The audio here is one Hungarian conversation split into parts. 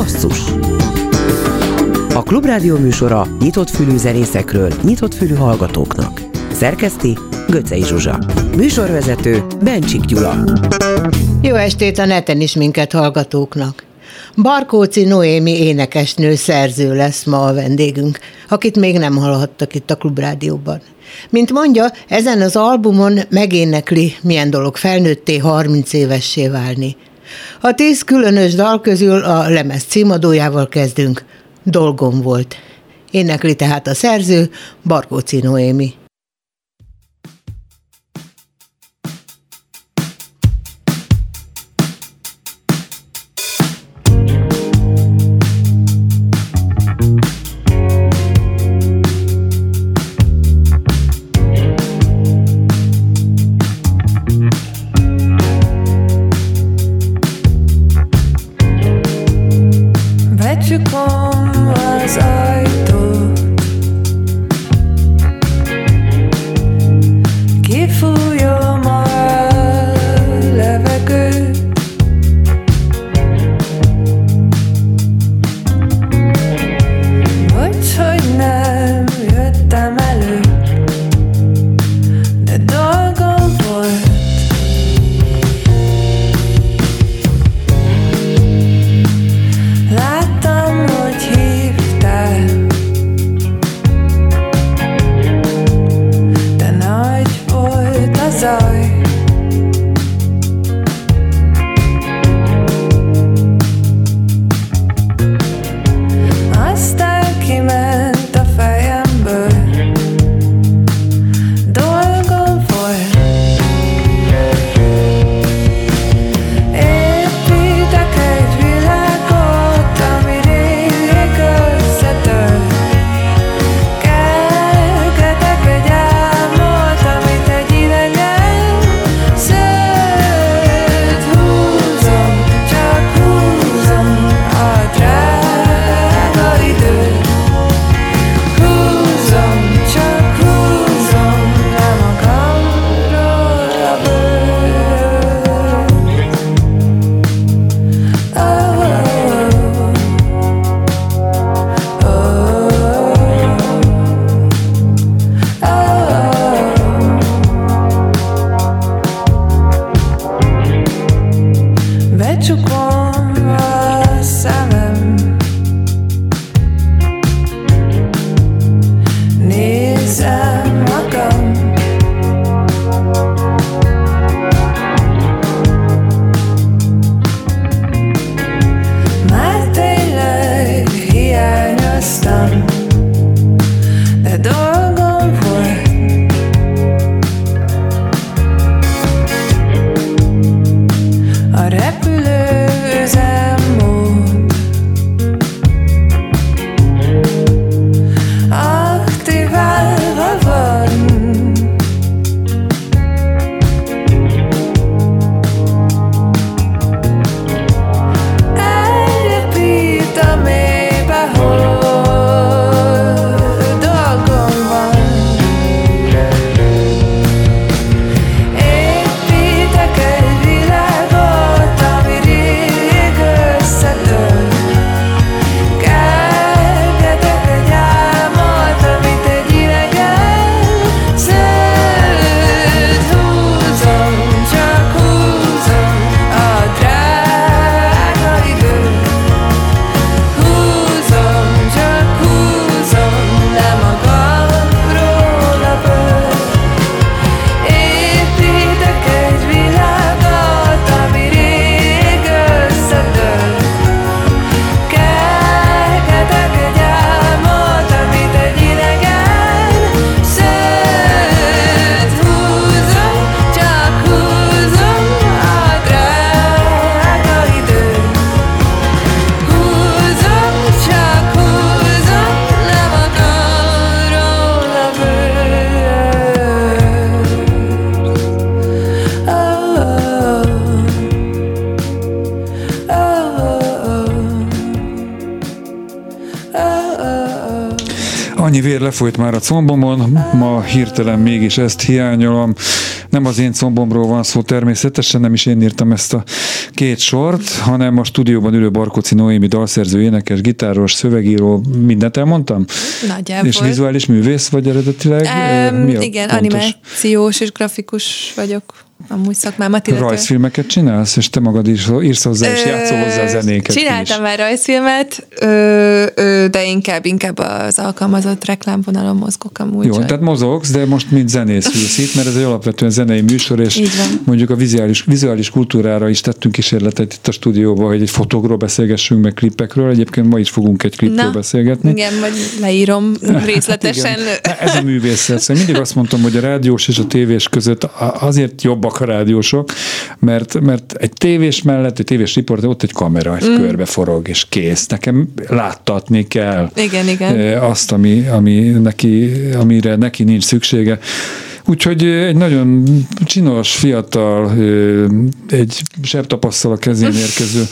Basszus. A Klubrádió műsora nyitott fülű zenészekről, nyitott fülű hallgatóknak. Szerkeszti Göcsei Zsuzsa. Műsorvezető Bencsik Gyula. Jó estét a neten is minket hallgatóknak. Barkóczy Noémi énekesnő szerző lesz ma a vendégünk, akit még nem hallhattak itt a Klubrádióban. Mint mondja, ezen az albumon megénekli, milyen dolog felnőtté 30 évessé válni. A 10 különös dal közül a lemez címadójával kezdünk. Dolgom volt. Énekli tehát a szerző, Barkóczy Noémi. Annyi vér lefolyt már a combomon, ma hirtelen mégis ezt hiányolom. nem az én combomról van szó természetesen, nem is én írtam ezt a két sort, hanem a stúdióban ülő Barkóczy Noémi dalszerző, énekes, gitáros, szövegíró, mindent elmondtam? Nagyjából. És vizuális művész vagy eredetileg? Igen, animációs és grafikus vagyok. Amúgy szakmámat illetve. Rajzfilmeket csinálsz, és te magad is írsz hozzá, és játszol hozzá a zenéket. Csináltam már rajzfilmet, de inkább az alkalmazott reklámvonalon mozgok amúgy. Jó, tehát mozogsz, de most mint zenész ülsz itt, mert ez egy alapvetően zenei műsor, és mondjuk a vizuális kultúrára is tettünk kísérletet itt a stúdióban, hogy egy fotókról beszélgessünk, meg klipekről. Egyébként ma is fogunk egy klipről beszélgetni. Igen, majd leírom részletesen. Ez a művészet. Szóval mindig azt mondtam, hogy a rádiós és a tévés között azért jobbak a rádiósok, mert egy tévés mellett, egy tévés riporter, ott egy kamera, egy körbe forog, és kész. Nekem láttatni kell azt, amire neki nincs szüksége. Úgyhogy egy nagyon csinos, fiatal, egy sebtapasszal a kezén érkező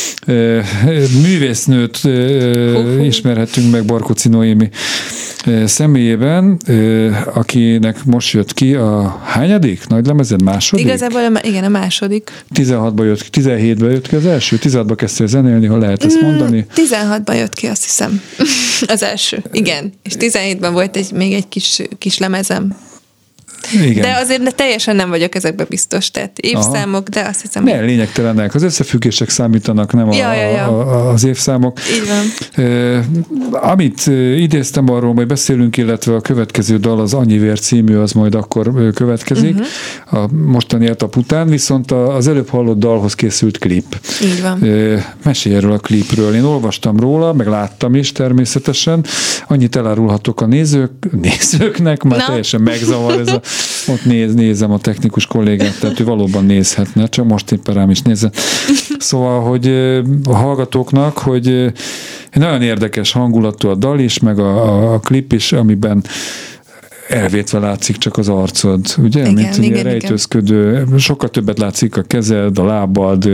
művésznőt ismerhetünk meg Barkóczy Noémi személyében, akinek most jött ki a hányadik nagylemezed? Második? Igazából igen, a második. 17-ben jött ki az első? 16-ban kezdtél zenélni, ha lehet ezt mondani? 16-ban jött ki, azt hiszem. Az első, igen. És 17-ben volt még egy kis lemezem. Igen. De azért teljesen nem vagyok ezekben biztos, tehát évszámok, de azt hiszem... Ne, lényegtelenek. Az összefüggések számítanak, nem az évszámok. Így van. Amit idéztem, arról majd beszélünk, illetve a következő dal, az Annyi vér című, az majd akkor következik, a mostani etap után, viszont az előbb hallott dalhoz készült klip. Így van. Mesélj erről a klipről. Én olvastam róla, meg láttam is természetesen. Annyit elárulhatok a nézőknek, már teljesen megzavar ez ott nézem a technikus kollégát, tehát ő valóban nézhetne, csak most éppen rám is nézze. Szóval, hogy a hallgatóknak, hogy nagyon érdekes hangulatú a dal is, meg a klip is, amiben elvétve látszik csak az arcod, ugye? Igen, rejtőzködő, sokkal többet látszik a kezed, a lábad,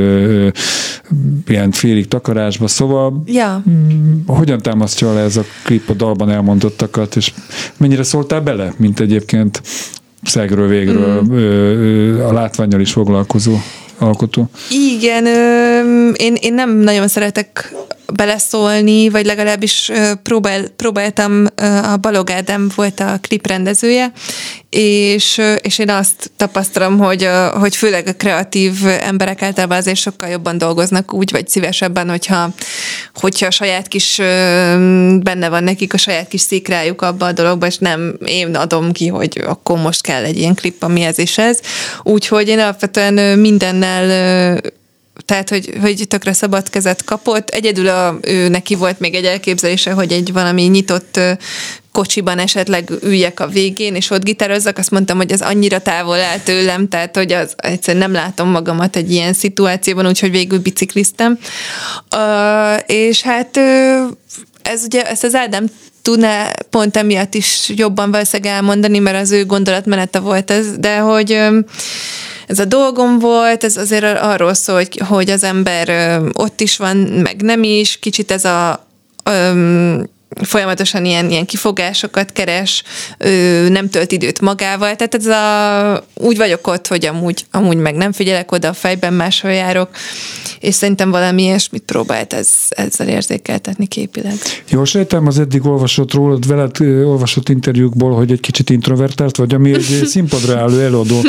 ilyen félig takarásba, szóval hogyan támasztja alá ez a klip a dalban elmondottakat, és mennyire szóltál bele, mint egyébként szegről végről a látvánnyal is foglalkozó alkotó? Igen, én nem nagyon szeretek beleszólni, vagy legalábbis próbáltam, a Balog Ádám volt a klip rendezője, és én azt tapasztalom, hogy főleg a kreatív emberek általában azért sokkal jobban dolgoznak úgy, vagy szívesebben, hogyha a saját kis, benne van nekik a saját kis szikrájuk abba a dologba, és nem én adom ki, hogy akkor most kell egy ilyen klip, ami ez és ez. Úgyhogy én alapvetően mindennel tehát, hogy tökre szabad kezet kapott. Egyedül ő neki volt még egy elképzelése, hogy egy valami nyitott kocsiban esetleg üljek a végén, és ott gitározzak, azt mondtam, hogy ez annyira távol áll tőlem, tehát, hogy egyszerűen nem látom magamat egy ilyen szituációban, úgyhogy végül bicikliztem. És hát ez ugye, ezt az Ádám tudná pont emiatt is jobban valószínűleg elmondani, mert az ő gondolatmenete volt ez, de hogy ez a dolgom volt, ez azért arról szól, hogy az ember ott is van, meg nem is, kicsit ez a folyamatosan ilyen kifogásokat keres, nem tölt időt magával, tehát ez úgy vagyok ott, hogy amúgy meg nem figyelek oda, a fejben máshol járok, és szerintem valami ilyesmit próbált ezzel érzékeltetni képileg. Jól sejtem, az eddig olvasott rólad, veled olvasott interjúkból, hogy egy kicsit introvertált vagy, ami egy színpadra álló előadó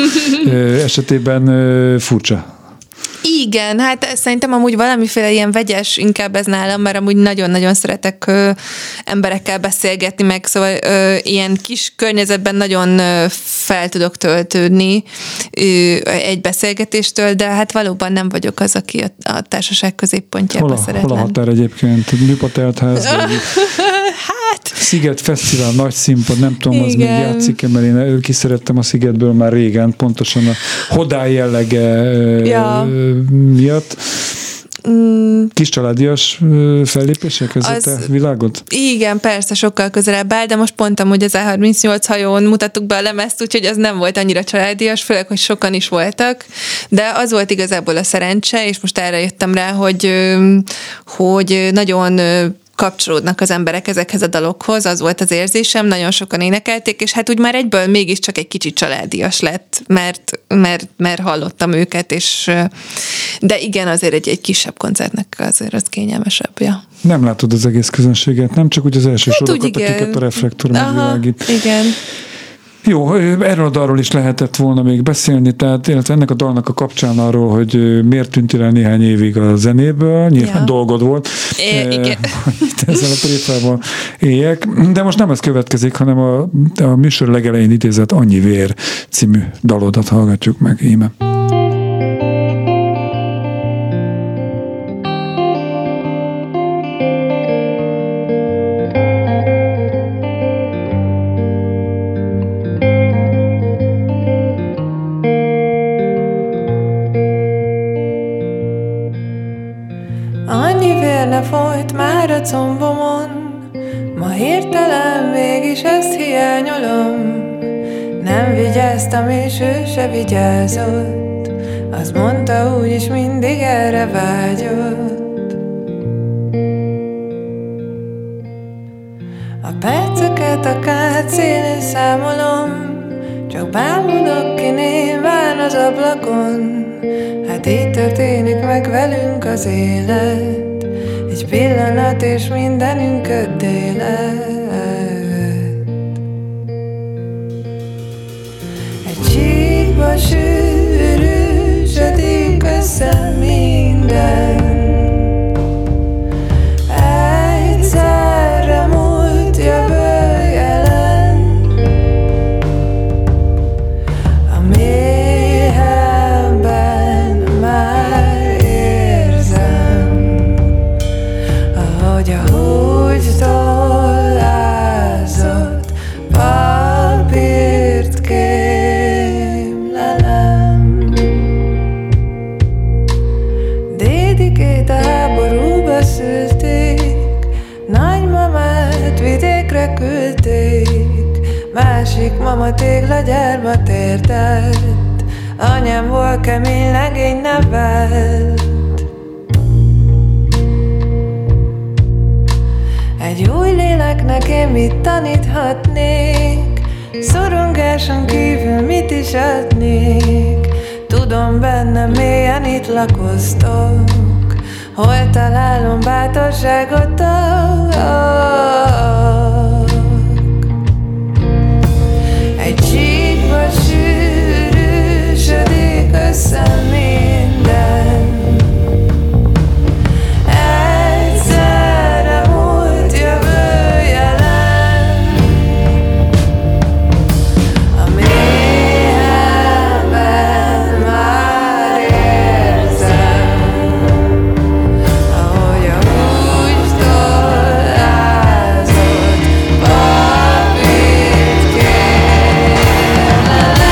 esetében furcsa. Igen, hát szerintem amúgy valamiféle ilyen vegyes inkább ez nálam, mert amúgy nagyon-nagyon szeretek emberekkel beszélgetni, meg szóval ilyen kis környezetben nagyon fel tudok töltődni egy beszélgetéstől, de hát valóban nem vagyok az, aki a társaság középpontjába szeretlen. Hol a határ egyébként? Műpateltház? Hát... Sziget Fesztivál, nagy színpad, nem tudom, az még játszik-e, mert én kiszerettem a Szigetből már régen, pontosan a Hodály jellege miatt. Kis családias fellépések ez a te világod? Igen, persze, sokkal közelebb áll, de most pont amúgy az A38 hajón mutattuk be a lemezt, úgyhogy az nem volt annyira családias, főleg, hogy sokan is voltak, de az volt igazából a szerencse, és most erre jöttem rá, hogy nagyon kapcsolódnak az emberek ezekhez a dalokhoz, az volt az érzésem, nagyon sokan énekelték, és hát úgy már egyből mégiscsak egy kicsit családias lett, mert hallottam őket, és de igen, azért egy kisebb koncertnek azért az kényelmesebb, ja. Nem látod az egész közönséget, nem csak úgy az első sorokat, akiket a reflektor megvilágít. Igen. Jó, erről a dalról is lehetett volna még beszélni, tehát illetve ennek a dalnak a kapcsán arról, hogy miért tűntél el néhány évig a zenéből, nyilván dolgod volt, igen. ezzel a préfával éljek, de most nem ez következik, hanem a műsor legelején idézett Annyi vér című dalodat hallgatjuk meg, íme. Folyt már a combomon, ma hirtelen mégis ezt hiányolom. Nem vigyáztam és ő se vigyázott, azt mondta úgyis mindig erre vágyott. A perceket a kátszélén számolom, csak bámulok ki némán az ablakon. Hát így történik meg velünk az élet, egy pillanat és mindenünk öddélet. Egy csíkba sűrűsödik össze minden, egyszerre múlt, jövő, jelen. A mélyebben már érzem, ahogy a húgytól lázott papírt kémlelem. Dédikét a háborúba szülték, nagymamát vidékre küldték, másik mama téglagyárba térdelt, anyámból kemény legény nevelt. Egy új léleknek én mit taníthatnék, szorongáson kívül mit is adnék. Tudom, bennem mélyen itt lakoztok, hol találom bátorságot. Egy csíkba sűrűsödik össze minden, egyszerre múlt, jövő, jelen. A mélyebben már érzem, ahogy a húgytól lázott papírt kémlelem.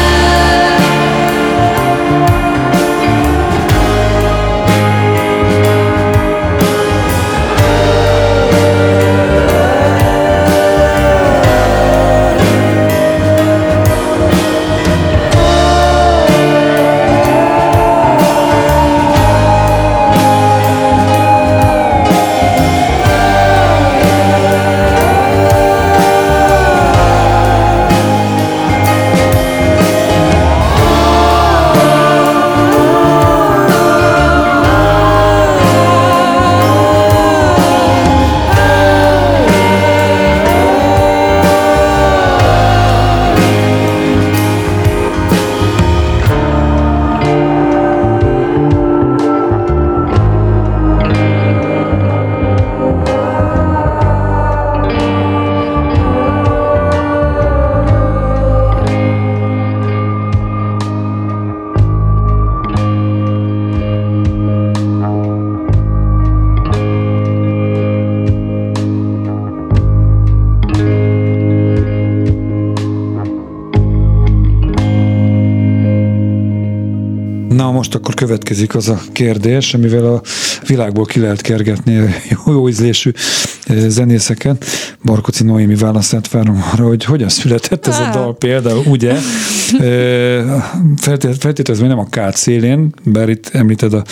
Na, most akkor következik az a kérdés, amivel a világból ki lehet kergetni a jó ízlésű zenészeket. Barkóczy Noémi választát várom arra, hogy hogyan született ez a dal például, ugye? Feltételezve nem a kád szélén, bár itt említed a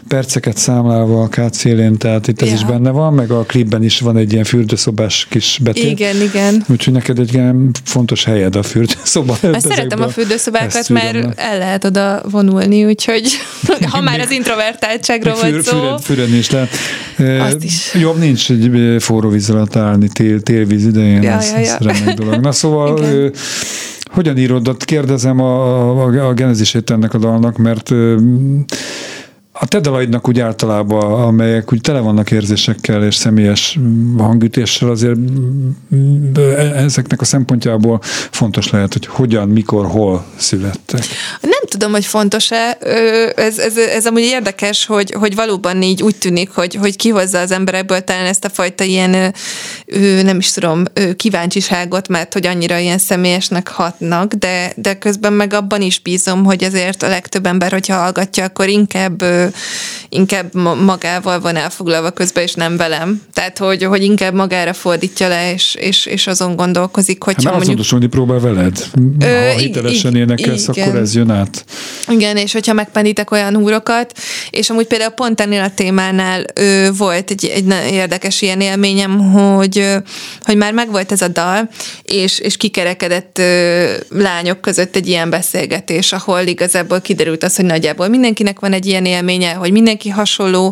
perceket számlálva a kád szélén, tehát itt ez is benne van, meg a klipben is van egy ilyen fürdőszobás kis betét. Igen. Úgyhogy neked egy ilyen fontos helyed a fürdőszoba. Szeretem a fürdőszobákat, mert el lehet oda vonulni, úgyhogy ha már az introvertáltságról volt szó. Fürödni is lehet. Azt is. Jobb nincs egy forró víz alatt állni télvíz idején, ez remek dolog. Na szóval, hogyan írod? Kérdezem a genezisét ennek a dalnak, mert a te dalaidnak úgy általában, amelyek úgy tele vannak érzésekkel és személyes hangütéssel, azért ezeknek a szempontjából fontos lehet, hogy hogyan, mikor, hol születtek. Nem tudom, hogy fontos-e. Ez amúgy érdekes, hogy valóban így úgy tűnik, hogy kihozza az emberekből talán ezt a fajta ilyen, nem is tudom, kíváncsiságot, mert hogy annyira ilyen személyesnek hatnak, de közben meg abban is bízom, hogy azért a legtöbb ember, hogyha hallgatja, akkor inkább magával van elfoglalva közben, és nem velem. Tehát, hogy inkább magára fordítja le, és azon gondolkozik, hogyha mondjuk... azonosulni próbál veled. Ha hitelesen énekelsz, akkor ez jön át. Igen, és hogyha megpendítek olyan húrokat, és amúgy például pont ennél a témánál volt egy érdekes ilyen élményem, hogy már megvolt ez a dal, és kikerekedett lányok között egy ilyen beszélgetés, ahol igazából kiderült az, hogy nagyjából mindenkinek van egy ilyen élménye, hogy mindenki hasonló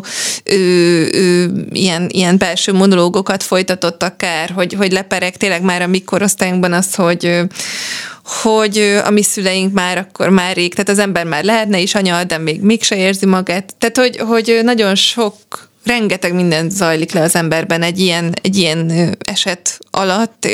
ilyen belső monológokat folytatott akár, hogy lepereg tényleg már a mi korosztályunkban az, hogy a mi szüleink már akkor már rég, tehát az ember már lehetne is anya, de még mégse érzi magát. Tehát, hogy nagyon rengeteg minden zajlik le az emberben egy ilyen eset alatt,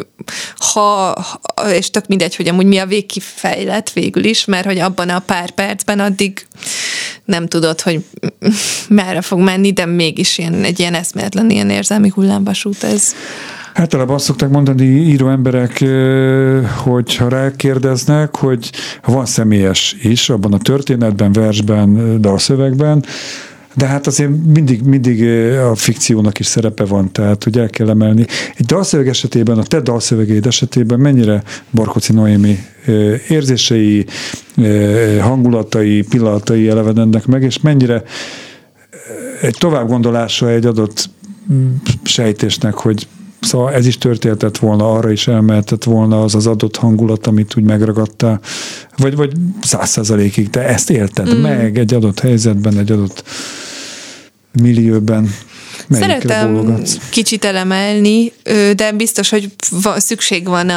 és tök mindegy, hogy amúgy mi a végkifejlet végül is, mert hogy abban a pár percben addig nem tudod, hogy merre fog menni, de mégis egy ilyen eszméletlen, ilyen érzelmi hullámvasút ez. Általában azt szokták mondani író emberek, hogy ha rákérdeznek, hogy van személyes is abban a történetben, versben, dalszövegben, de hát azért mindig a fikciónak is szerepe van, tehát hogy el kell emelni. Egy dalszöveg esetében, a te dalszövegeid esetében mennyire Barkóczy Noémi érzései, hangulatai, pillanatai elevenednek meg, és mennyire egy továbbgondolása egy adott sejtésnek, hogy szóval ez is történhetett volna, arra is elmehetett volna az adott hangulat, amit úgy megragadtál, vagy 100%-ig te ezt élted meg egy adott helyzetben, egy adott millióben. Szeretem kicsit elemelni, de biztos, hogy szükség van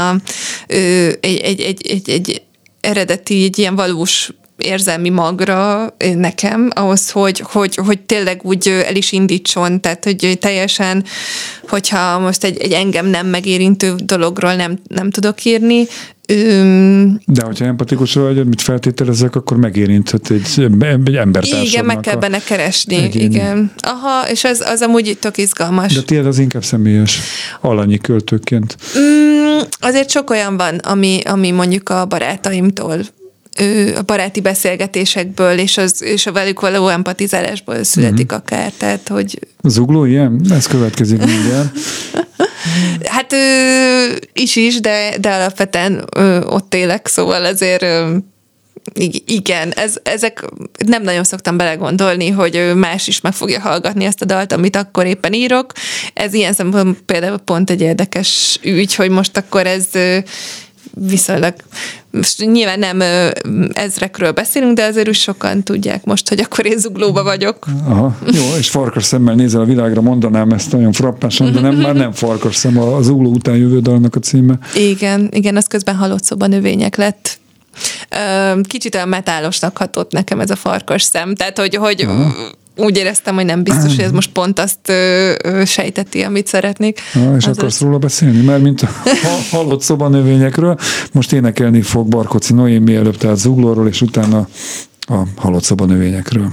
egy eredeti, egy ilyen valós érzelmi magra nekem, ahhoz, hogy tényleg úgy el is indítson, tehát hogy teljesen, hogyha most egy engem nem megérintő dologról nem tudok írni. De hogyha empatikus vagy, mit feltételezek, akkor megérinthet egy embertársadnak. Igen, meg kell benne keresni. Igen. Aha, és az amúgy tök izgalmas. De tiéd az inkább személyes, alanyi költőként. Azért sok olyan van, ami mondjuk a barátaimtól, a baráti beszélgetésekből és a velük való empatizálásból születik akár, tehát hogy... Zugló ilyen? Ez következik mindjárt. Hát is, de alapvetően ott élek, szóval azért igen, ezek nem nagyon szoktam belegondolni, hogy más is meg fogja hallgatni ezt a dalt, amit akkor éppen írok. Ez ilyen szempontból például pont egy érdekes ügy, hogy most akkor ez viszonylag, most nyilván nem ezrekről beszélünk, de azért is sokan tudják most, hogy akkor én Zuglóba vagyok. Aha, jó, és farkas szemmel nézel a világra, mondanám ezt nagyon frappásan, de már nem farkas szem, a Zugló után jövő dalnak a címe. Igen, az közben halott szobanövények lett. Kicsit olyan metálosnak hatott nekem ez a farkas szem, tehát hogy úgy éreztem, hogy nem biztos, hogy ez most pont azt sejteti, amit szeretnék. És akarsz róla beszélni? Mert mint a halott szobanövényekről, most énekelni fog Barkóczy Noémi, előbb tehát Zuglóról, és utána a halott szobanövényekről.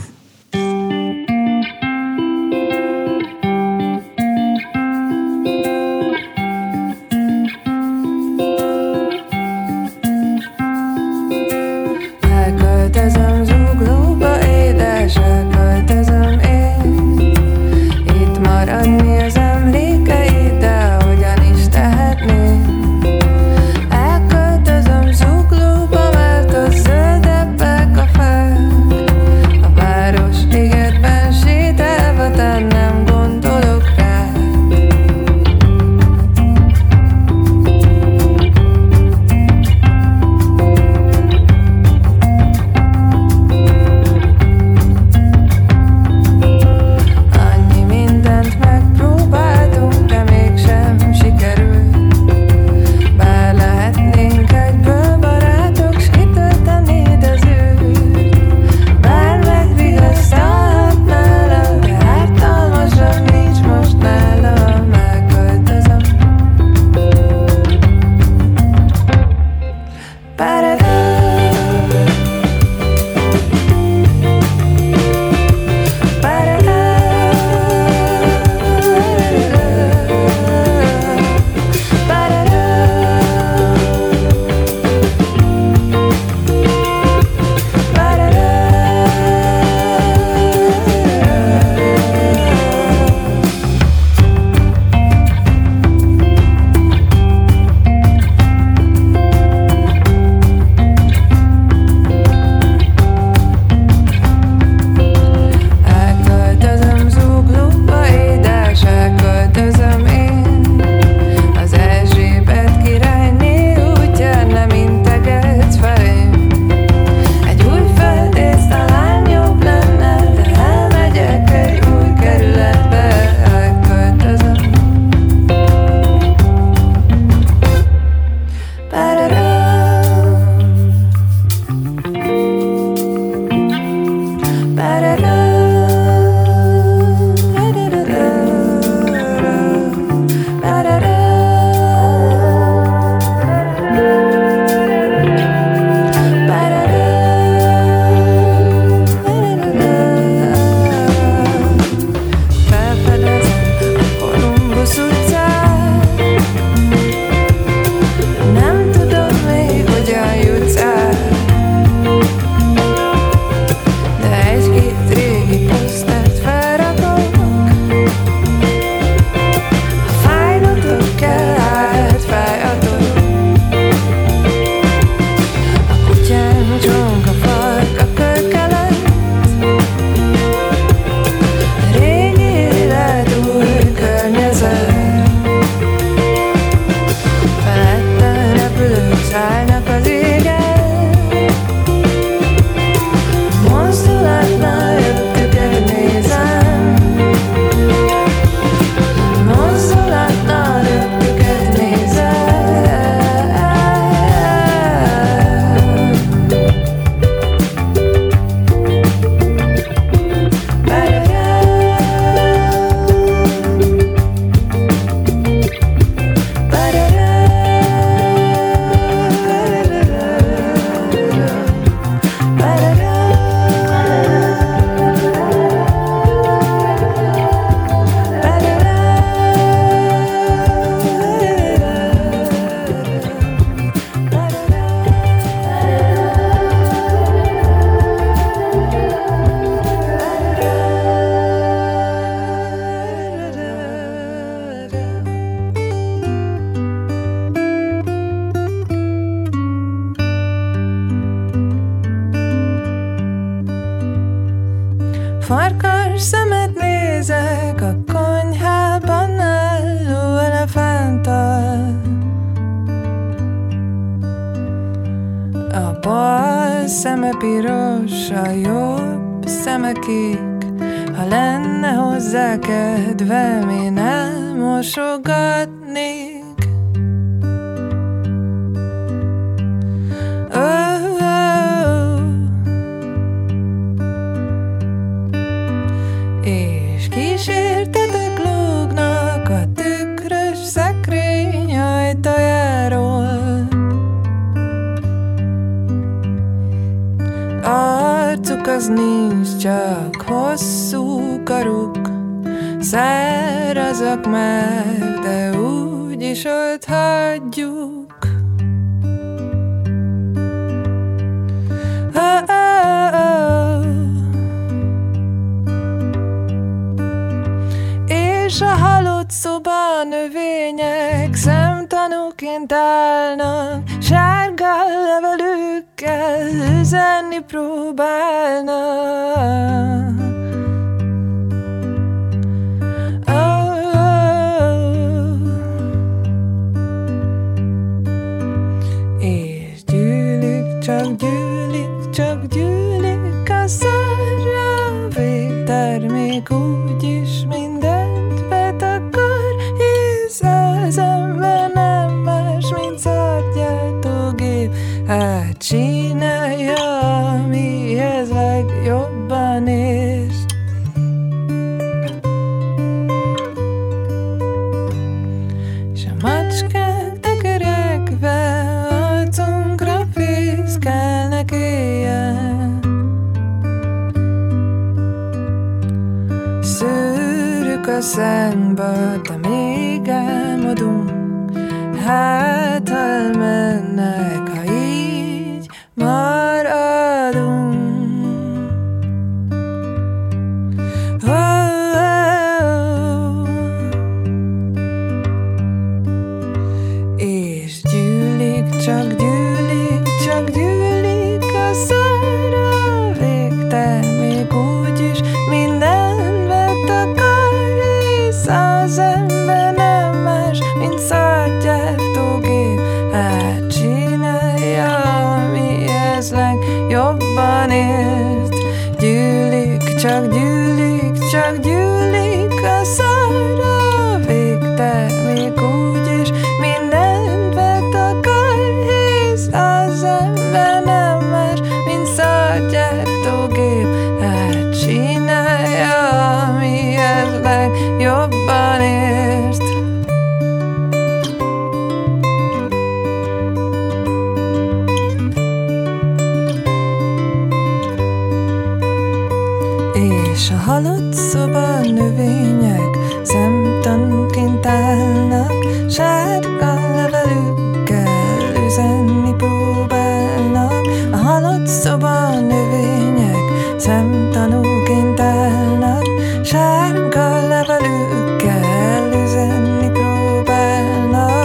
Elköltözöm Zuglóba, mert a zöldebbek a fák, a Beszélek a konyhában álló elefánttal. A bal szeme piros, a jobb szeme kék. Ha lenne hozzá kedvem, én elmosogatnék. És kísértetek lógnak a tükrös szekrény ajtajáról. Arcuk az nincs, csak hosszú karuk, szárazak már, de úgyis ott hagyjuk. És a halott szoba növények szemtanúként állnak, sárga levelükkel üzenni próbálnak. És gyűlik, csak gyűlik, csak gyűlik a szarra végtermék, úgyis mindent betakar, hisz az ember nem más, mint szargyártógép. Hát csinálja, amihez legjobban ért. És a macskák tekerekve arcunkra fészkelnek éjjel. Szűrjük a szánkba, de még álmodunk. Hát, ha elmennek, ha így maradunk. És gyűlik, csak gyűlik, csak gyűlik a szára végtermék, úgyis mindent betakar, hisz az ember nem más, mint szargyártógép. Hát csinálja, amihez legjobban ért. Gyűlik, csak gyűlik, csak gyűlik a szára végtermék, úgyis mindent betakar, hisz az ember nem más, mint szargyártógép. Hát csinálja, amihez legjobban ért. És a halott szoba növények szemtanúként állnak, sárga levelükkel üzenni próbálnak. A halott szoba növények szemtanúként állnak, sárga levelükkel üzenni próbálnak.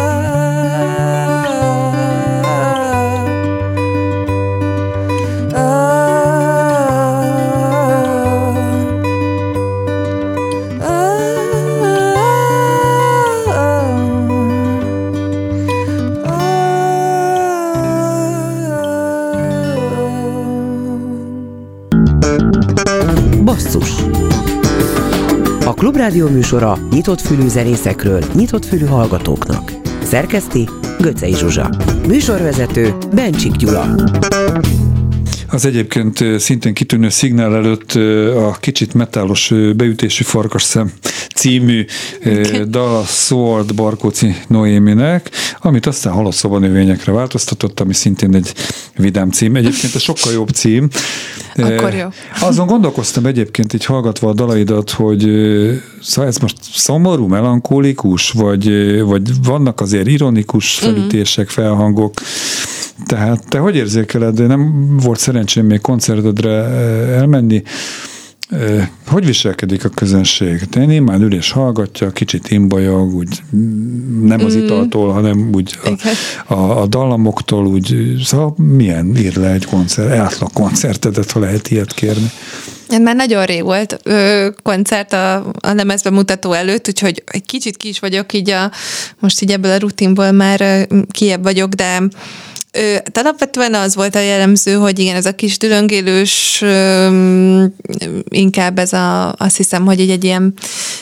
Basszus. A Klubrádió műsora nyitott fülű zenészekről, nyitott fülű hallgatóknak. Szerkeszti Göcsei Zsuzsa. Műsorvezető Bencsik Gyula. Az egyébként szintén kitűnő Szignál előtt a kicsit metálos beütésű farkasszem című dal szólt Barkóczy Noéminek, amit aztán halott szobanövényekre változtatott, ami szintén egy vidám cím. Egyébként ez sokkal jobb cím. Akkor jó. Azon gondolkoztam egyébként így hallgatva a dalaidat, hogy ez most szomorú, melankólikus, vagy vannak azért ironikus felütések, felhangok. Tehát te hogy érzékeled? Nem volt szerencsém még koncertedre elmenni. Hogy viselkedik a közönség? Te némán ül és hallgatja, kicsit imbajog, úgy nem az italtól, hanem úgy a dallamoktól, úgy, szóval milyen ír le egy átlag koncertedet, ha lehet ilyet kérni? Már nagyon rég volt koncert a lemezbemutató előtt, úgyhogy egy kicsit ki is vagyok így most így ebből a rutinból már kijebb vagyok, de alapvetően az volt a jellemző, hogy igen, ez a kis dülöngélős, inkább ez azt hiszem, hogy így egy ilyen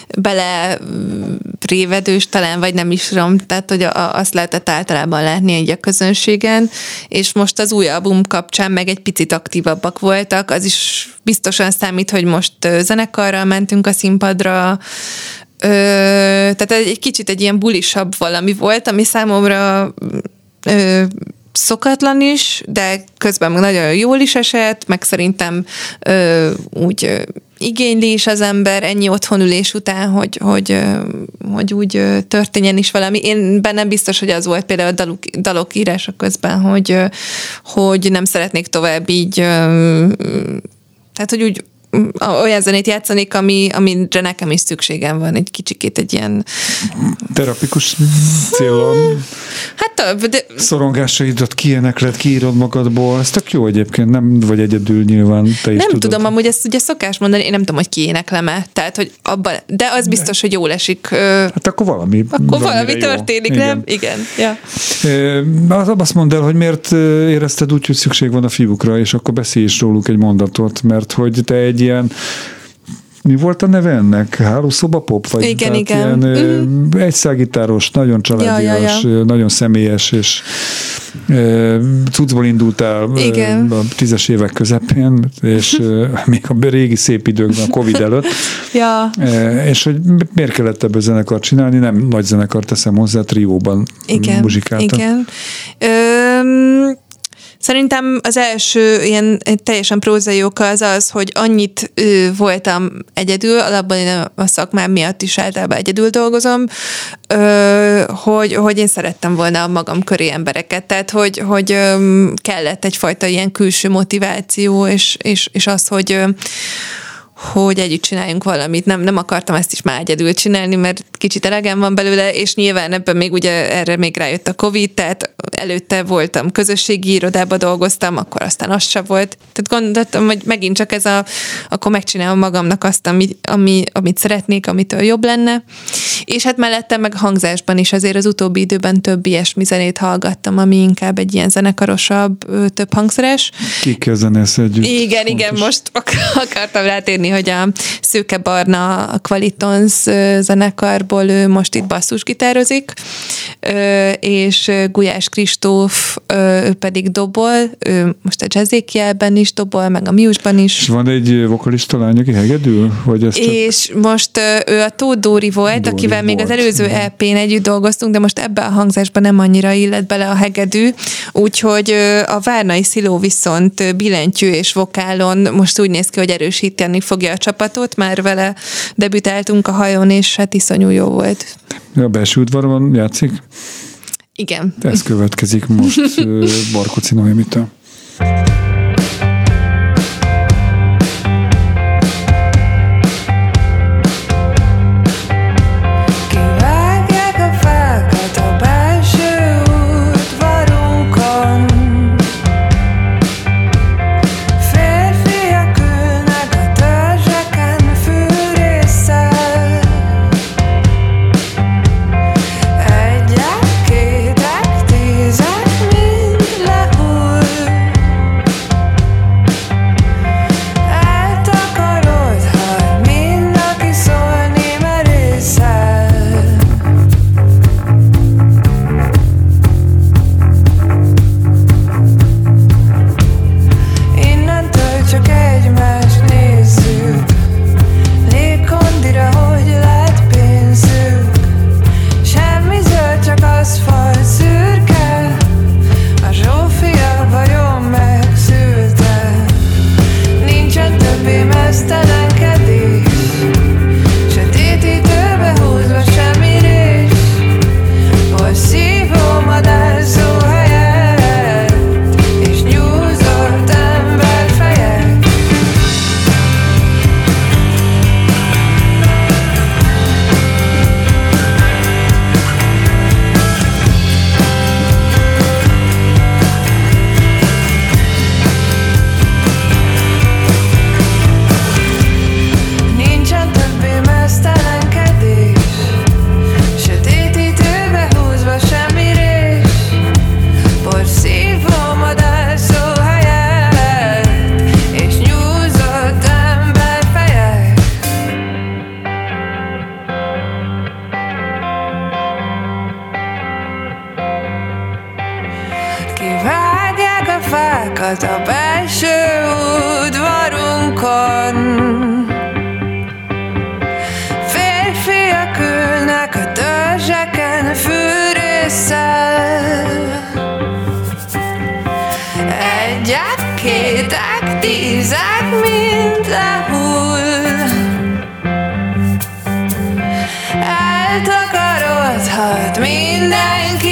belerévedős talán, vagy nem is tudom, tehát hogy azt lehetett általában látni így a közönségen, és most az új album kapcsán meg egy picit aktívabbak voltak, az is biztosan számít, hogy most zenekarral mentünk a színpadra, tehát egy kicsit egy ilyen bulisabb valami volt, ami számomra szokatlan is, de közben meg nagyon jól is esett, meg szerintem úgy igényli is az ember ennyi otthonülés után, hogy úgy történjen is valami. Én bennem biztos, hogy az volt például a dalok írása közben, hogy nem szeretnék tovább így, tehát hogy úgy olyan zenét játszanék, amire nekem is szükségem van, egy kicsikét egy ilyen... Terapikus célon. Hát de... Szorongásaidat kiénekled, kiírod magadból. Ez tök jó egyébként, nem vagy egyedül nyilván, te is nem tudod. tudom, amúgy ezt ugye szokás mondani, én nem tudom, hogy kiéneklem-e. Tehát, hogy abban, de az biztos, hogy jól esik. Hát akkor valami történik, jó. nem? Igen. Ja. Azt mondd el, hogy miért érezted úgy, hogy szükség van a fiúkra, és akkor beszélj is róluk egy mondatot, mert hogy te egy ilyen, mi volt a neve ennek? Hálószoba pop? Vagy igen. Ilyen, egyszágitáros, nagyon családias, nagyon személyes, és cuccból indultál a 10-es évek közepén, és még a régi szép időkben, a Covid előtt. És hogy miért kellett ebből zenekart csinálni? Nem nagy zenekart, teszem hozzá, trióban muzsikáltak. Igen. Szerintem az első ilyen teljesen prózai oka az, hogy annyit voltam egyedül, alapban én a szakmám miatt is általában egyedül dolgozom, hogy én szerettem volna a magam köré embereket, tehát hogy kellett egyfajta ilyen külső motiváció, és az, hogy együtt csináljunk valamit. Nem akartam ezt is már egyedül csinálni, mert kicsit elegem van belőle, és nyilván ebben még ugye erre még rájött a Covid, tehát előtte voltam közösségi irodában dolgoztam, akkor aztán az sem volt. Tehát gondoltam, hogy megint csak akkor megcsinálom magamnak azt, amit szeretnék, amitől jobb lenne. És hát mellette meg hangzásban is azért az utóbbi időben több ilyesmi zenét hallgattam, ami inkább egy ilyen zenekarosabb, több hangszeres. Kikkel zenélsz együtt? Igen, most akartam rátérni, hogy a Szőke Barna a Qualitons zenekarból ő most itt basszusgitározik, és Gulyás Kristóf, ő pedig dobol, ő most a Jazzékielben is dobol, meg a Miusban is. És van egy vokalista lány, aki hegedül? Vagy ez csak... És most ő a Tóth Dóri volt, akivel még az előző EP-n együtt dolgoztunk, de most ebben a hangzásban nem annyira illet bele a hegedű, úgyhogy a Várnai Sziló viszont billentyű és vokálon most úgy néz ki, hogy erősíteni fogja a csapatot, már vele debütáltunk a hajón, és hát iszonyú jó volt. A belső udvarban játszik? Igen. Ez következik most Barkóczy Noémitől. Egyek, kétek, tízek, mind lehull. sokat a belső udvarunkon. Férfiak ülnek a törzseken fűrésszel. Egyek, kétek, tízek mind lehull. Eltakarodhat mindenki.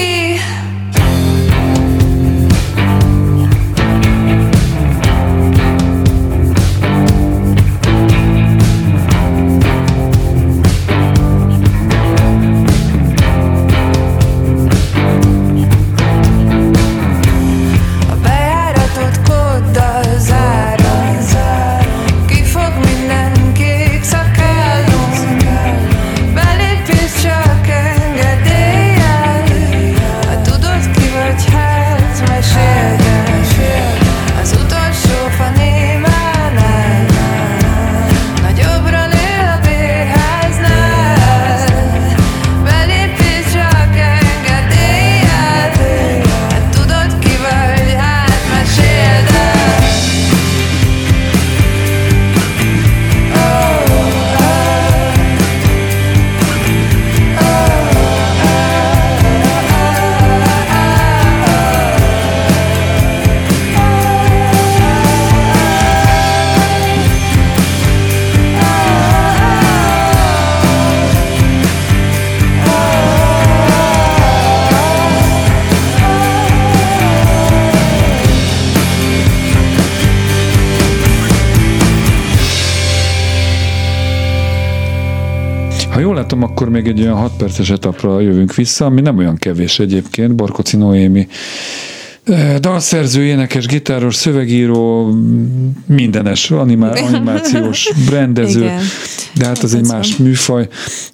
Ha jól látom, akkor még egy olyan 6 perces etapra jövünk vissza, ami nem olyan kevés egyébként. Barkóczy Noémi dalszerző, énekes, gitáros, szövegíró, mindenes, animációs rendező, igen. De hát az egy más műfaj.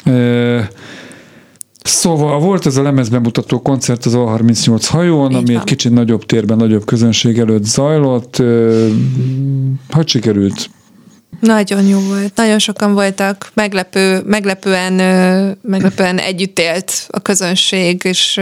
Szóval volt ez a lemezbemutató koncert az A38 hajón, így ami van. Egy kicsit nagyobb térben, nagyobb közönség előtt zajlott. Hogy sikerült? Nagyon jó volt. Nagyon sokan voltak. Meglepően együtt élt a közönség, és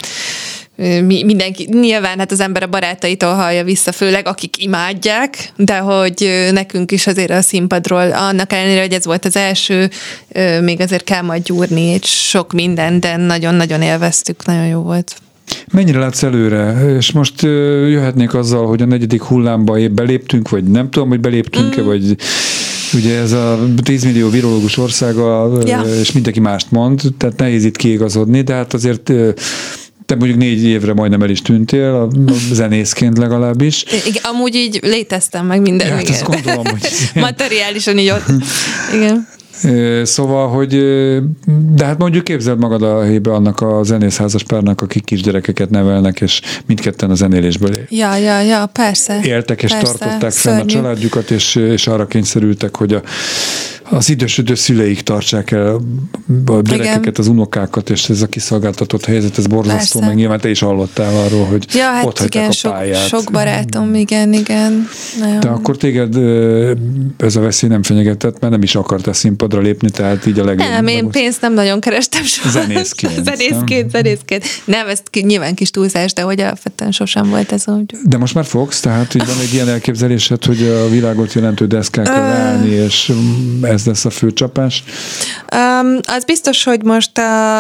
mindenki, nyilván hát az ember a barátaitól hallja vissza, főleg akik imádják, de hogy nekünk is azért a színpadról, annak ellenére, hogy ez volt az első, még azért kell majd gyúrni, és sok minden, de nagyon-nagyon élveztük, nagyon jó volt. Mennyire látsz előre? És most jöhetnék azzal, hogy a 4. hullámba beléptünk, vagy nem tudom, hogy beléptünk-e, vagy ugye ez a 10 millió virológus országa, és mindenki mást mond, tehát nehéz itt kiigazodni, de hát azért te mondjuk 4 évre majdnem el is tűntél, zenészként legalábbis. Igen, amúgy így léteztem meg minden. Ja, hát ezt gondolom, hogy materiálisan így ott. Igen. Szóval, hogy de hát mondjuk képzeld magad a helybe annak a zenészházas párnak, akik kisgyerekeket nevelnek, és mindketten a zenélésből persze. Éltek, és persze, tartották fenn a családjukat, és arra kényszerültek, hogy az idősödő szüleik tartsák el a gyerekeket, az unokákat, és ez a kiszolgáltatott helyzet, ez borzasztó, meg nyilván te is hallottál arról, hogy hát ott hagyták a pályát. Sok barátom, igen. Nagyon. De akkor téged ez a veszély nem fenyegetett, mert nem is akartál színpadra lépni, tehát így a legjobb. Nem, én pénzt nem nagyon kerestem soha. Zenészként. Nem, ez nyilván kis túlzás, de hogy alapvetően sosem volt ez úgy. De most már fogsz, tehát hogy van egy ilyen elképzelésed, hogy a világot jelentő deszkákra állni, és ez lesz a főcsapás? Az biztos, hogy most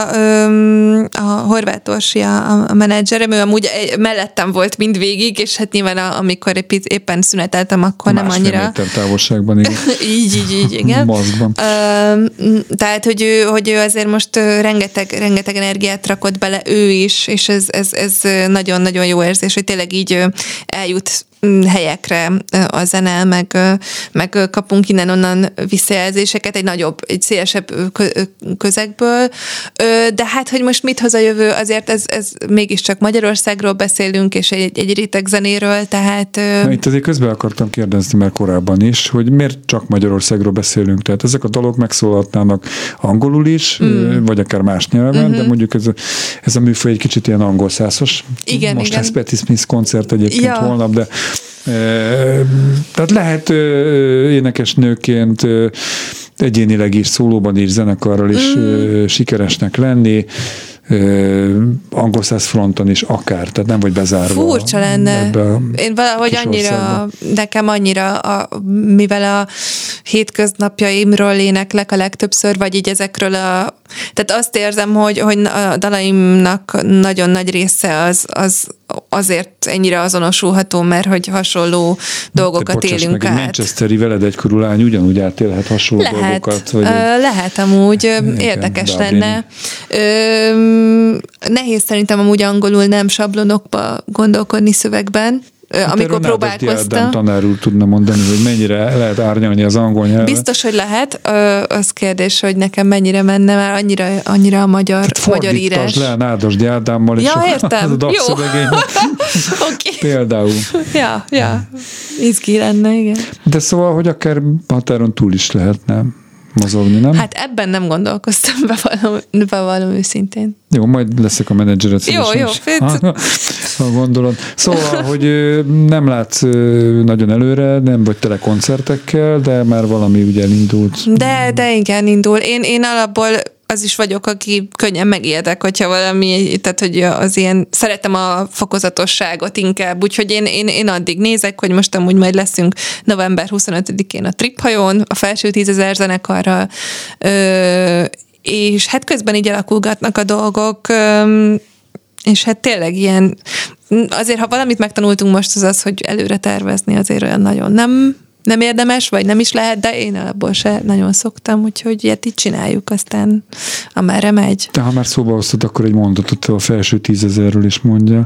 a Horváth Orsi a menedzserem, ő amúgy mellettem volt mindvégig, és hát nyilván amikor éppen szüneteltem, akkor nem annyira. Másfél méter távolságban, igen. így, igen. Maszkban. Tehát, hogy ő azért most rengeteg energiát rakott bele ő is, és ez nagyon-nagyon jó érzés, hogy tényleg így eljut helyekre a zene, meg kapunk innen-onnan visszajelzéseket egy szélesebb közegből, de hát, hogy most mit hoz a jövő, azért ez mégiscsak Magyarországról beszélünk, és egy réteg zenéről, tehát... Itt azért közben akartam kérdezni már korábban is, hogy miért csak Magyarországról beszélünk, tehát ezek a dalok megszólalhatnának angolul is, vagy akár más nyelven, de mondjuk ez a műfaj egy kicsit ilyen angolszászos. Igen, most igen. lesz Patti Smith koncert egyébként holnap, de tehát lehet énekesnőként egyénileg is, szólóban is, zenekarral is sikeresnek lenni, angolszász fronton is akár, tehát nem vagy bezárva. Furcsa lenne. Én valahogy annyira, nekem annyira, mivel a hétköznapjaimról éneklek a legtöbbször, vagy így ezekről tehát azt érzem, hogy a dalaimnak nagyon nagy része az azért ennyire azonosulható, mert hogy hasonló dolgokat élünk át. Manchesteri veled egykörű lány ugyanúgy átélhet hasonló dolgokat. Vagy lehet amúgy, érdekes lenne. Nehéz szerintem amúgy angolul nem sablonokba gondolkodni szövegben, amikor próbálkoztam. Tanár úr tudna mondani, hogy mennyire lehet árnyalni az angol nyelvet. Biztos, hogy lehet. Az kérdés, hogy nekem mennyire menne már annyira a magyar írás. Fordítasd le Nádasdy Ádámmal, és értem. a Jó. Okay. Például. Ja. Izgi lenne, igen. De szóval, hogy akár határon túl is lehetne mozogni, nem? Hát ebben nem gondolkoztam, bevallom őszintén. Jó, majd leszek a menedzseret. Jó. Ha gondolod. Szóval, hogy nem látsz nagyon előre, nem vagy tele koncertekkel, de már valami ugye elindult. De igen, indul. Én alapból az is vagyok, aki könnyen megijedek, hogyha valami, tehát hogy az ilyen, szeretem a fokozatosságot inkább, úgyhogy én addig nézek, hogy most amúgy majd leszünk november 25-én a Triphajón, a Felső 10 000 zenekarral, és hát közben így alakulgatnak a dolgok, és hát tényleg ilyen, azért ha valamit megtanultunk most az, hogy előre tervezni azért olyan nagyon nem érdemes, vagy nem is lehet, de én abból se nagyon szoktam, úgyhogy ilyet így csináljuk, aztán amerre megy. De ha már szóba hoztad, akkor egy mondatot a Felső 10 000-ről is mondja.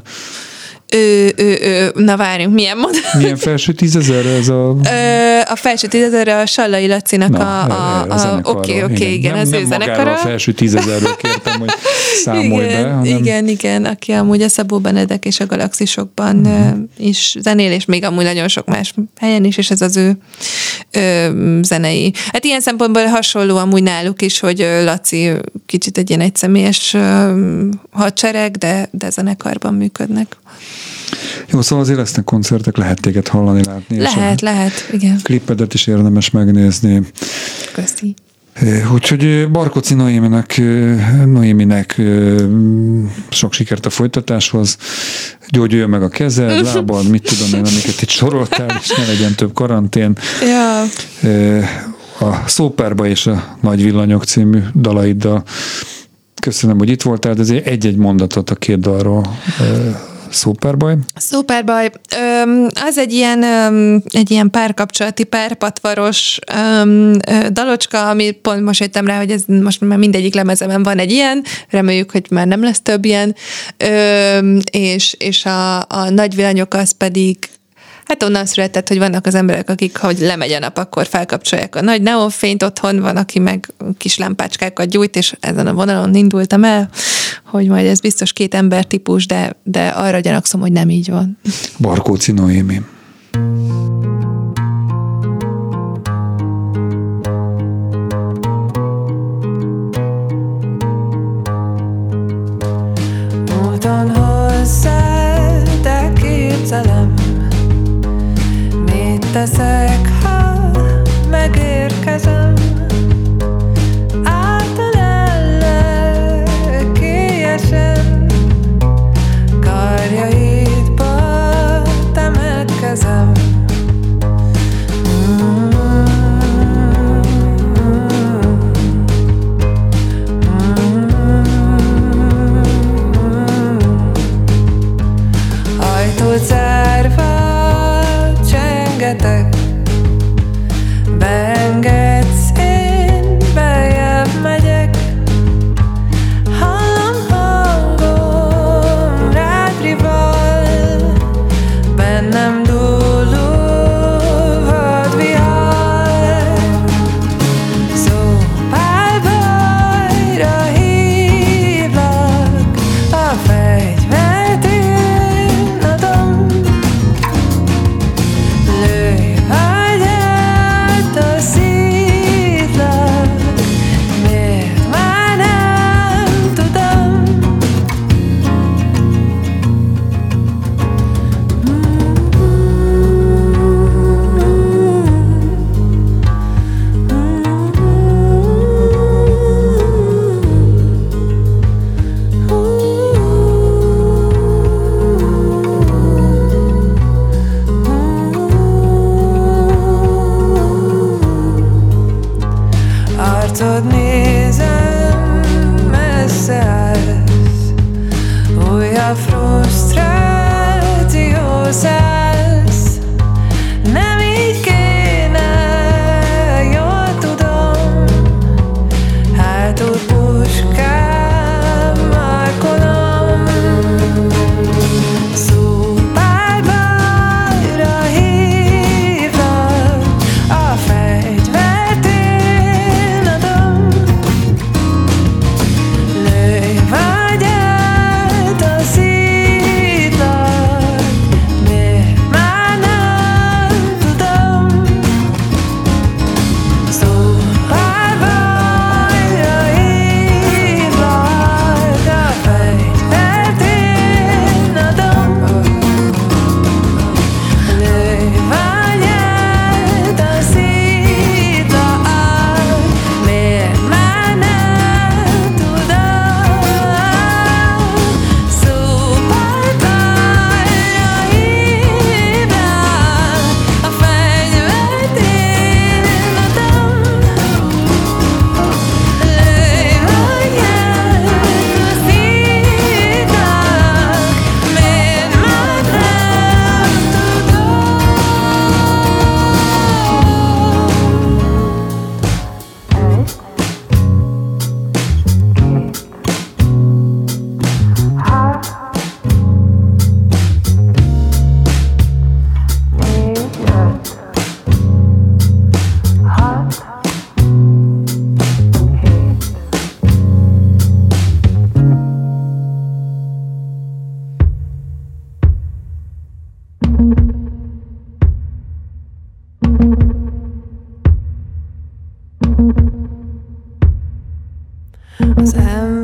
Na várjunk, milyen mondat? Milyen Felső 10 000 ez a... A Felső 10 000 a Sallai Lacinak Oké, igen, az ő zenekara. Nem a Felső 10 000-ről kértem, hogy számolj be, hanem... Igen, aki amúgy a Szabó Benedek és a Galaxisokban is zenél, és még amúgy nagyon sok más helyen is, és ez az ő zenei. Hát ilyen szempontból hasonló amúgy náluk is, hogy Laci kicsit egy ilyen egyszemélyes hadsereg, de zenekarban működnek. Jó, szóval azért lesznek koncertek, lehet téged hallani, látni. Lehet, igen. Klippedet is érdemes megnézni. Köszi. Úgyhogy Barkóczy Noéminek sok sikert a folytatáshoz, gyógyuljon meg a kezed, lábad, mit tudom én, amiket itt soroltál, és ne legyen több karantén. Ja. A Szópárba és a Nagy Villanyok című dalaiddal köszönöm, hogy itt voltál, de azért egy-egy mondatot a két dalról. Szópárbaj? Szópárbaj. Az egy ilyen párkapcsolati, párpatvaros dalocska, ami pont most jöttem rá, hogy ez most már mindegyik lemezemen van egy ilyen, reméljük, hogy már nem lesz több ilyen, és a Nagy Villanyok az pedig hát onnan született, hogy vannak az emberek, akik, hogy lemegy a nap, akkor felkapcsolják a nagy neonfényt otthon, van, aki meg kis lámpácskákat gyújt, és ezen a vonalon indultam el, hogy majd ez biztos két embertípus, de arra gyanakszom, hogy nem így van. Barkóczy Noémi. Módon hozzá, de képzelem, mit teszek, ha megérkezem. Átölellek kiesen, karjaidba temetkezem. Ajtót zárva csengetek,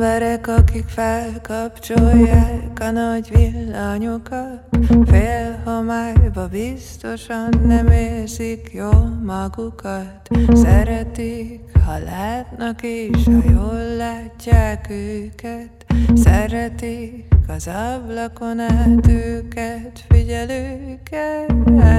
emberek, akik felkapcsolják a nagy villanyokat, félhomályba biztosan nem érzik jól magukat. Szeretik, ha látnak és ha jól látják őket. Szeretik az ablakon át őket, figyelőket.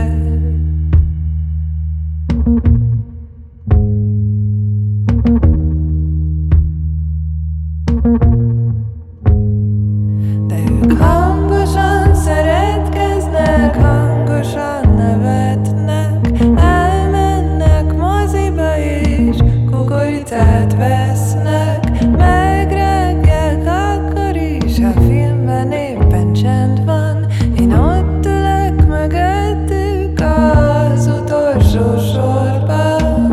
De ők hangosan szeretkeznek, hangosan nevetnek, elmennek moziba és kukoricát vesznek, megreggek akkor is, a filmben éppen csend van. Én ott ülök mögöttük az utolsó sorban.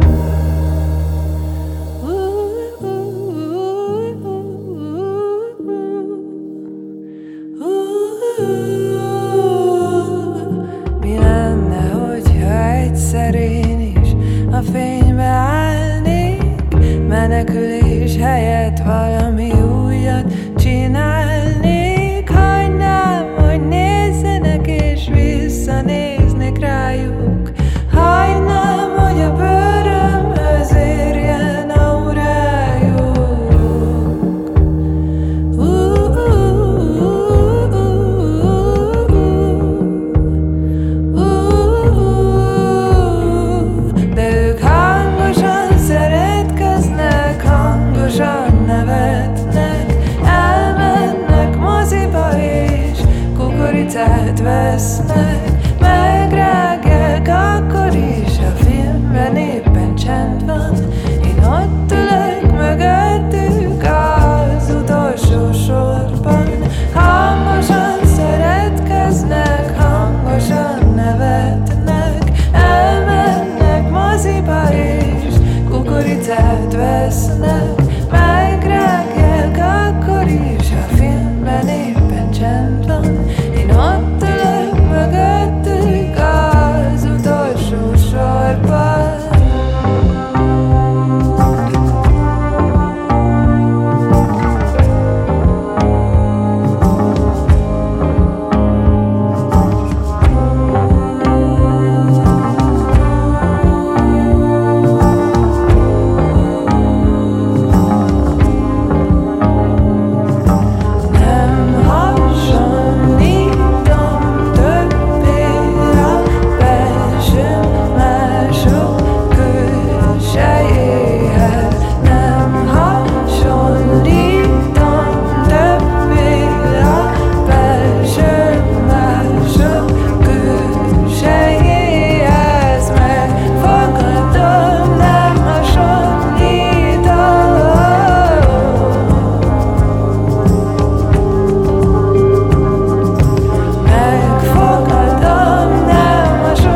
Mi lenne, hogyha egyszer én is a fénybe állnék, menekülés helyett valami újat csinálnék. Hagynám, hogy nézzenek és visszanéznék rájuk. Hagynám, hogy a bőrömhöz érjen aurájuk. De ők hangosan szeretkeznek, hangosan nevetnek, elmennek moziba és kukoricát vesznek, megrágják akkor is, a filmben éppen csend van. Én ott ülök mögöttük az utolsó sorban. Hangosan szeretkeznek, hangosan nevetnek, elmennek moziba és kukoricát vesznek, megrágják akkor is, a filmben éppen csend van. Én ott ülök mögöttük az utolsó sorban. Nem hasonlítom többé a belsőm mások külsejéhez. Nem hasonlítom többé a belsőm mások külsejéhez. Megfogadom, nem hasonlítom. Megfogadom, nem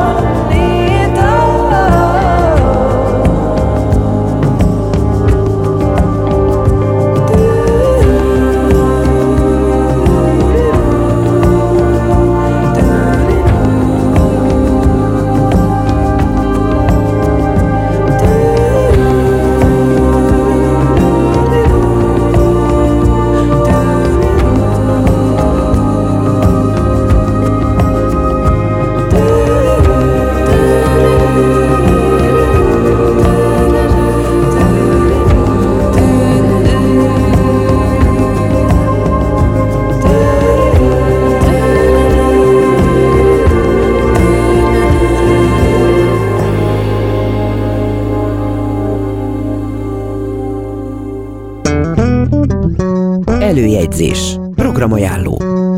Előjegyzés. Programajánló.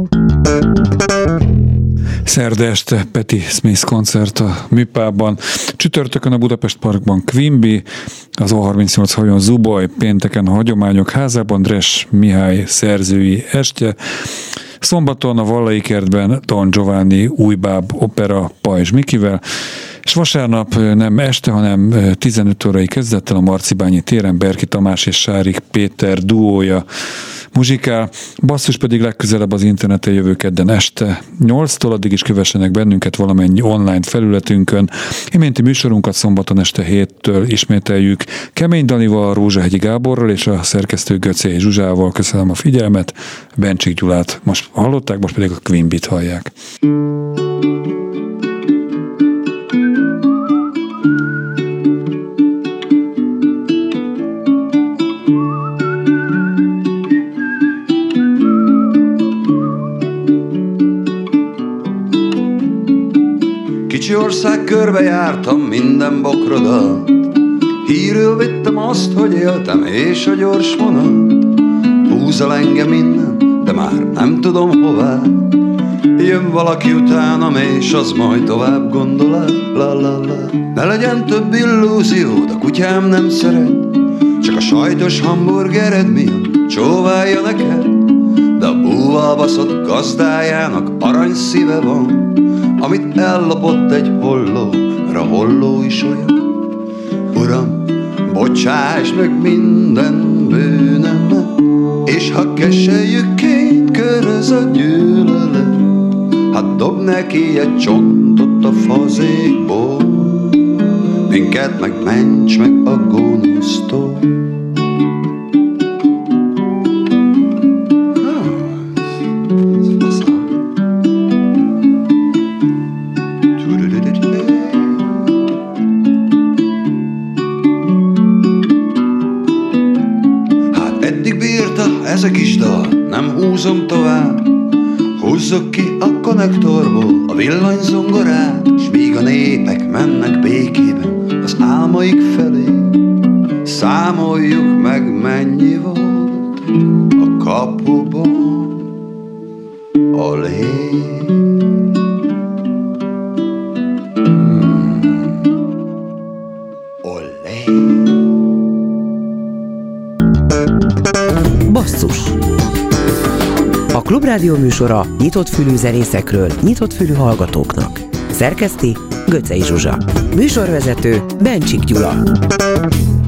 Szerda este Patti Smith koncert a Műpában, csütörtökön a Budapest Parkban Quimby, az O38 hajón Zuboly, pénteken a Hagyományok Házában Dres Mihály szerzői estje, szombaton a Vallai Kertben Don Giovanni újbáb opera Pajzs Mikivel, és vasárnap nem este, hanem 15 órai kezdettel a Marcibányi téren Berki Tamás és Sárik Péter duója muzsikál. Basszus pedig legközelebb az interneten jövő kedden este 8-tól, addig is kövessenek bennünket valamennyi online felületünkön. Iménti műsorunkat szombaton este 7-től ismételjük Kemény Danival, Rózsahegyi Gáborral és a szerkesztő Göcei Zsuzsával. Köszönöm a figyelmet. Bencsik Gyulát most hallották, most pedig a Queen Beat hallják. Kicsi ország körbe jártam minden bokrodat, hírül vittem azt, hogy éltem, és a gyors vonat húz el engem innen, de már nem tudom hová. Jön valaki utánam, és az majd tovább gondol el. La la la. Ne legyen több illúziód, a kutyám nem szeret, csak a sajtos hamburgered miatt csóválja neked. De a búval baszott gazdájának arany szíve van, amit ellopott egy holló, mert a holló is olyan. Uram, bocsáss meg minden bűnömet, és ha keseljük két köröz a gyűlölet, hát dob neki egy csontot a fazékból, minket meg ments meg a gonosztól. Ez a kis dal, nem húzom tovább, húzzuk ki a konnektorból a villanyzongorát, s míg a népek mennek békében az álmaik felé, számoljuk meg, mennyi volt a kapuban a lé. Basszus. A Klubrádió műsora nyitott fülű zenészekről, nyitott fülű hallgatóknak. Szerkeszti Göcei Zsuzsa. Műsorvezető Bencsik Gyula.